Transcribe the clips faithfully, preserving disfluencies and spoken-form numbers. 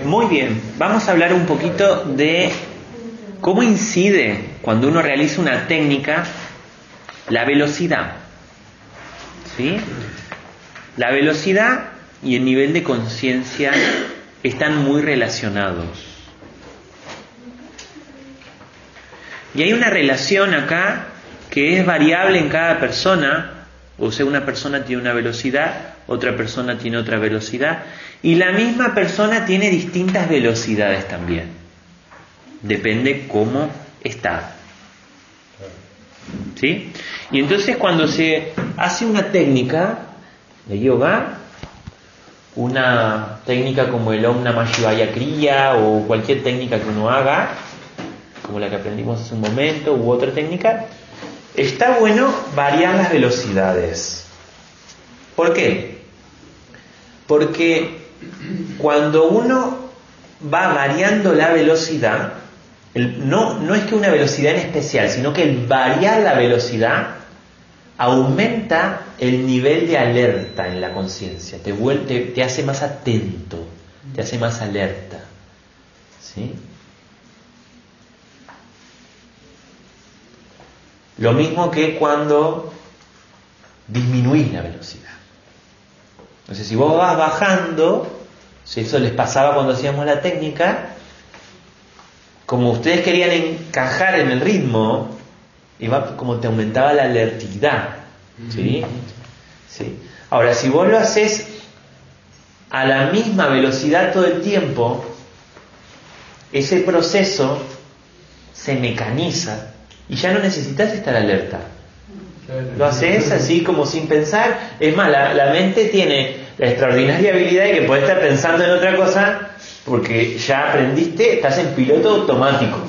Muy bien, vamos a hablar un poquito de cómo incide cuando uno realiza una técnica la velocidad. ¿Sí? La velocidad y el nivel de conciencia están muy relacionados. Y hay una relación acá que es variable en cada persona. O sea, una persona tiene una velocidad, otra persona tiene otra velocidad, y la misma persona tiene distintas velocidades también. Depende cómo está. ¿Sí? Y entonces cuando se hace una técnica de yoga, una técnica como el Om Namah Shivaya Kriya o cualquier técnica que uno haga, como la que aprendimos hace un momento, u otra técnica, está bueno variar las velocidades. ¿Por qué? Porque cuando uno va variando la velocidad, el, no, no es que una velocidad en especial, sino que el variar la velocidad aumenta el nivel de alerta en la conciencia, te, te, te hace más atento, te hace más alerta. ¿Sí? Lo mismo que cuando disminuís la velocidad. Entonces, si vos vas bajando, si eso les pasaba cuando hacíamos la técnica, como ustedes querían encajar en el ritmo, iba como te aumentaba la alertidad. ¿Sí? ¿Sí? Ahora, si vos lo haces a la misma velocidad todo el tiempo, ese proceso se mecaniza y ya no necesitas estar alerta. Lo haces así como sin pensar. Es más, la, la mente tiene la extraordinaria habilidad de que podés estar pensando en otra cosa porque ya aprendiste, estás en piloto automático.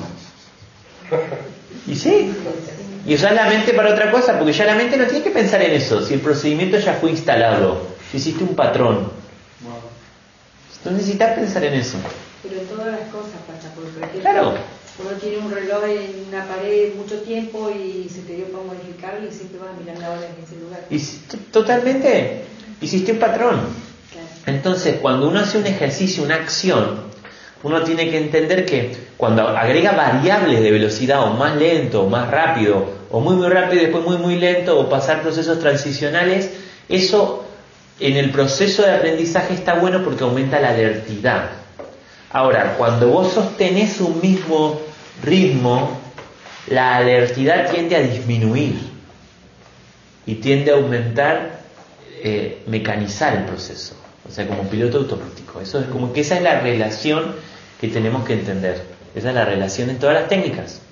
Y sí, y usás la mente para otra cosa, porque ya la mente no tiene que pensar en eso, si el procedimiento ya fue instalado, si hiciste un patrón. No necesitas pensar en eso. Pero en todas las cosas pasa, por ejemplo, claro. Uno tiene un reloj en una pared mucho tiempo y se te dio para modificarlo y siempre vas a mirar la hora en ese lugar. Y totalmente, hiciste un patrón. Claro. Entonces, cuando uno hace un ejercicio, una acción, uno tiene que entender que cuando agrega variables de velocidad, o más lento, o más rápido, o muy muy rápido y después muy muy lento, o pasar procesos transicionales, eso en el proceso de aprendizaje está bueno porque aumenta la alertidad. Ahora, cuando vos sostenés un mismo ritmo, la alertidad tiende a disminuir y tiende a aumentar, eh, mecanizar el proceso, o sea, como piloto automático. Eso es como que esa es la relación que tenemos que entender. Esa es la relación en todas las técnicas.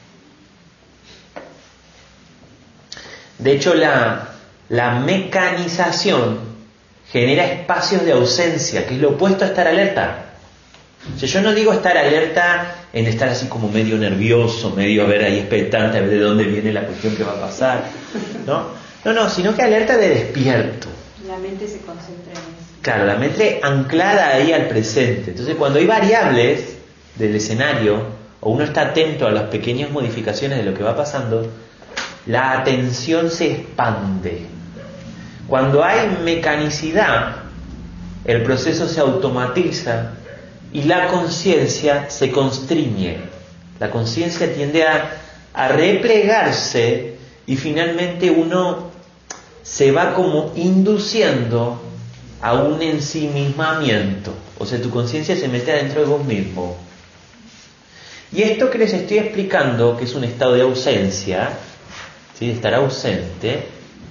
De hecho, la, la mecanización genera espacios de ausencia, que es lo opuesto a estar alerta. O sea, yo no digo estar alerta en estar así como medio nervioso, medio a ver ahí expectante, a ver de dónde viene la cuestión que va a pasar, ¿no? No, no, sino que alerta de despierto. La mente se concentra en eso. Claro, la mente anclada ahí al presente. Entonces, cuando hay variables del escenario, o uno está atento a las pequeñas modificaciones de lo que va pasando, la atención se expande. Cuando hay mecanicidad, el proceso se automatiza y la conciencia se constriñe. La conciencia tiende a, a replegarse y finalmente uno se va como induciendo a un ensimismamiento. O sea, tu conciencia se mete adentro de vos mismo. Y esto que les estoy explicando, que es un estado de ausencia, ¿sí?, de estar ausente,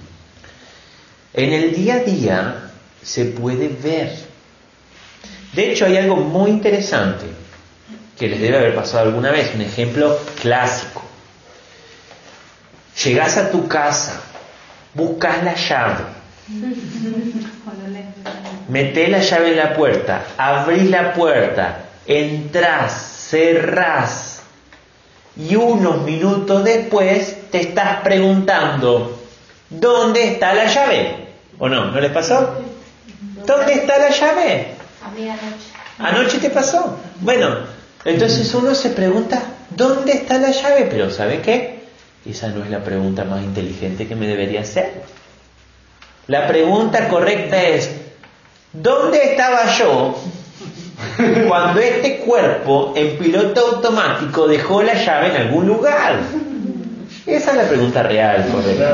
en el día a día se puede ver. De hecho, hay algo muy interesante que les debe haber pasado alguna vez, un ejemplo clásico. Llegás a tu casa, buscas la llave, metés la llave en la puerta, abrís la puerta, entrás, cerrás y unos minutos después te estás preguntando ¿dónde está la llave? ¿O no? ¿No les pasó? ¿Dónde está la llave? A mí anoche. ¿Anoche te pasó? Bueno, entonces uno se pregunta ¿dónde está la llave? Pero ¿sabe qué? Esa no es la pregunta más inteligente que me debería hacer. La pregunta correcta es ¿dónde estaba yo cuando este cuerpo en piloto automático dejó la llave en algún lugar? Esa es la pregunta real, correcta.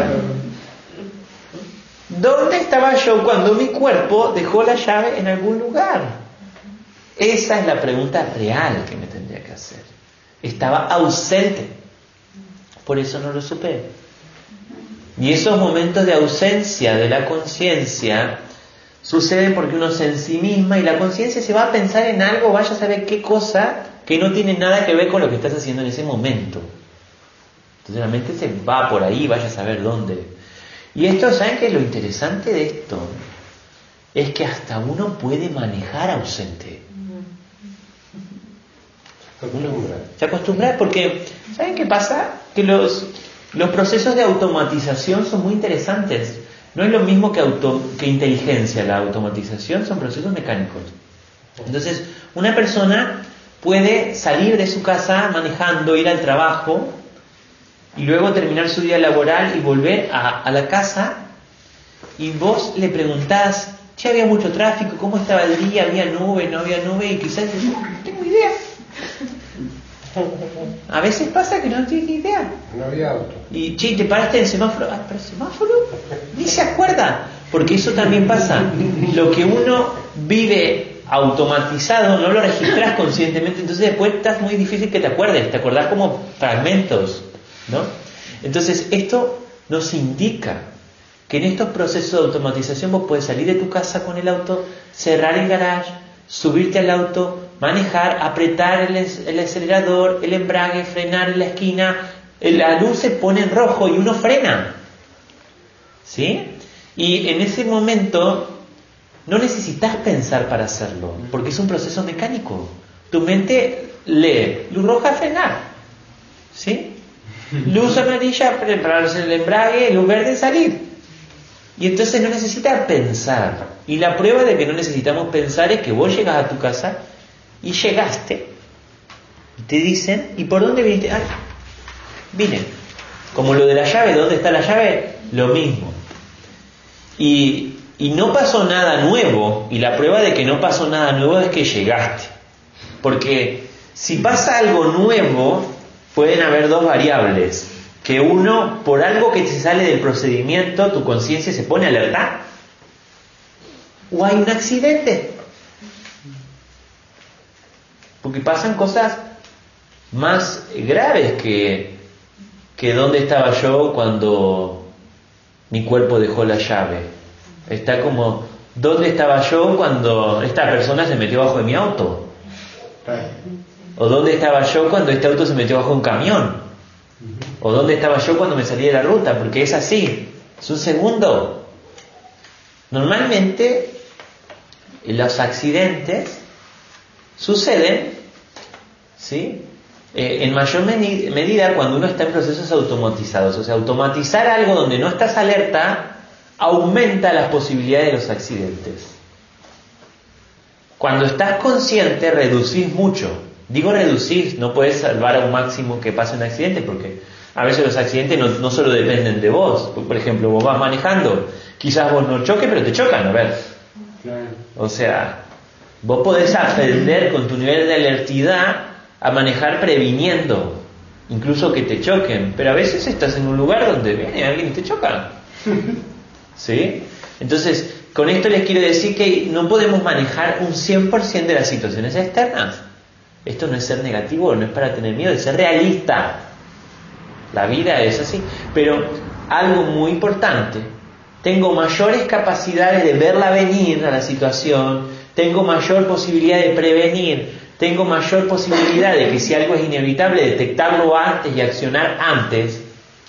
¿Dónde estaba yo cuando mi cuerpo dejó la llave en algún lugar? Esa es la pregunta real que me tendría que hacer. Estaba ausente. Por eso no lo supe. Y esos momentos de ausencia de la conciencia suceden porque uno se ensimisma y la conciencia se va a pensar en algo, vaya a saber qué cosa, que no tiene nada que ver con lo que estás haciendo en ese momento. Entonces la mente se va por ahí, vaya a saber dónde. Y esto, ¿saben qué? Lo interesante de esto es que hasta uno puede manejar ausente. Uno se acostumbra porque, ¿saben qué pasa? Que los, los procesos de automatización son muy interesantes. No es lo mismo que, auto, que inteligencia. La automatización son procesos mecánicos. Entonces, una persona puede salir de su casa manejando, ir al trabajo y luego terminar su día laboral y volver a, a la casa, y vos le preguntás, che, había mucho tráfico, ¿cómo estaba el día? ¿Había nube? ¿No había nube? Y quizás dices, no, no tengo idea. A veces pasa que no tienes ni idea. No había auto. Y che, te paraste en el semáforo. Ah, pero el semáforo ni se acuerda. Porque eso también pasa. Lo que uno vive automatizado no lo registras conscientemente, entonces después estás muy difícil que te acuerdes. Te acordás como fragmentos, ¿no? Entonces esto nos indica que en estos procesos de automatización vos podés salir de tu casa con el auto, cerrar el garage, subirte al auto, manejar, apretar el, el acelerador, el embrague, frenar en la esquina, la luz se pone en rojo y uno frena, ¿sí? Y en ese momento no necesitas pensar para hacerlo, porque es un proceso mecánico. Tu mente lee, luz roja, frenar, ¿sí? Luz amarilla, prepararse el embrague, luz verde, salir. Y entonces no necesitas pensar. Y la prueba de que no necesitamos pensar es que vos llegas a tu casa y llegaste y te dicen, ¿y por dónde viniste? Ah, vine. Como lo de la llave, ¿dónde está la llave? Lo mismo. Y, y no pasó nada nuevo, y la prueba de que no pasó nada nuevo es que llegaste. Porque si pasa algo nuevo, pueden haber dos variables. Que uno, por algo que se sale del procedimiento, tu conciencia se pone alerta, o hay un accidente. Porque pasan cosas más graves que, que dónde estaba yo cuando mi cuerpo dejó la llave. Está como, ¿dónde estaba yo cuando esta persona se metió bajo de mi auto? ¿O dónde estaba yo cuando este auto se metió bajo un camión? ¿O dónde estaba yo cuando me salí de la ruta? Porque es así, es un segundo. Normalmente los accidentes suceden, ¿sí? Eh, en mayor meni- medida cuando uno está en procesos automatizados. O sea, automatizar algo donde no estás alerta aumenta las posibilidades de los accidentes. Cuando estás consciente reducís mucho. Digo reducir, no puedes salvar a un máximo que pase un accidente, porque a veces los accidentes no, no solo dependen de vos. Por ejemplo, vos vas manejando, quizás vos no choques, pero te chocan, ¿no ves? Claro. O sea, vos podés aprender con tu nivel de alertidad a manejar previniendo, incluso que te choquen, pero a veces estás en un lugar donde viene alguien y te choca. ¿Sí? Entonces, con esto les quiero decir que no podemos manejar un cien por ciento de las situaciones externas. Esto no es ser negativo, no es para tener miedo, es ser realista. La vida es así. Pero algo muy importante, tengo mayores capacidades de verla venir a la situación, tengo mayor posibilidad de prevenir, tengo mayor posibilidad de que si algo es inevitable, detectarlo antes y accionar antes,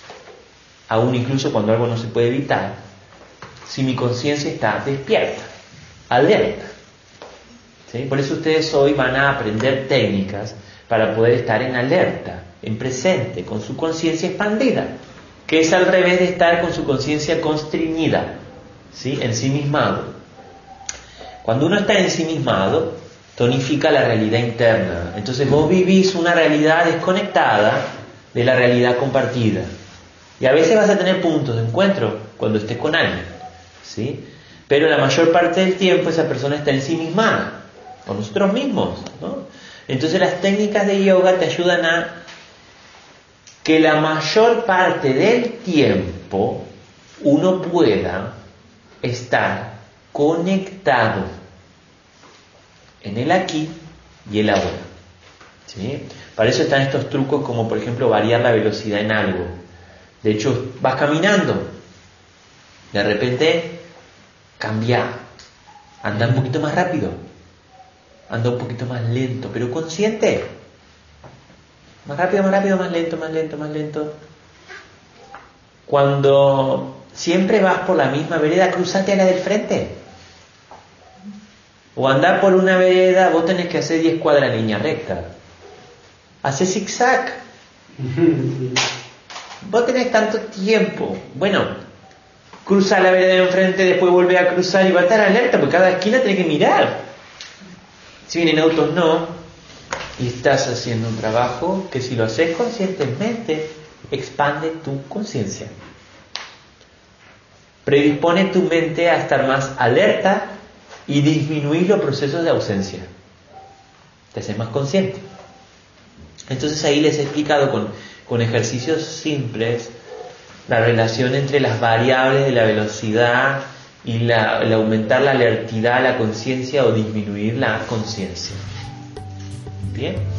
aún incluso cuando algo no se puede evitar, si mi conciencia está despierta, alerta. ¿Sí? Por eso ustedes hoy van a aprender técnicas para poder estar en alerta, en presente, con su conciencia expandida, que es al revés de estar con su conciencia constreñida, ¿sí? Ensimismado. Cuando uno está ensimismado, tonifica la realidad interna. Entonces vos vivís una realidad desconectada de la realidad compartida. Y a veces vas a tener puntos de encuentro cuando estés con alguien, ¿sí? Pero la mayor parte del tiempo esa persona está ensimismada. con nosotros mismos, ¿no? Entonces las técnicas de yoga te ayudan a que la mayor parte del tiempo uno pueda estar conectado en el aquí y el ahora, ¿sí? Para eso están estos trucos como por ejemplo variar la velocidad en algo. De hecho, vas caminando, de repente cambia, anda un poquito más rápido, anda un poquito más lento, pero consciente. Más rápido, más rápido, más lento, más lento, más lento. Cuando siempre vas por la misma vereda, cruzate a la del frente. O andar por una vereda, vos tenés que hacer diez cuadras en línea recta. Hace zigzag. Vos tenés tanto tiempo. Bueno, cruza la vereda de enfrente, después vuelve a cruzar y va a estar alerta, porque cada esquina tenés que mirar. Si vienen autos, no. Y estás haciendo un trabajo que si lo haces conscientemente, expande tu conciencia. Predispone tu mente a estar más alerta y disminuir los procesos de ausencia. Te haces más consciente. Entonces ahí les he explicado con, con ejercicios simples la relación entre las variables de la velocidad y la, el aumentar la alertidad, la conciencia o disminuir la conciencia. Bien.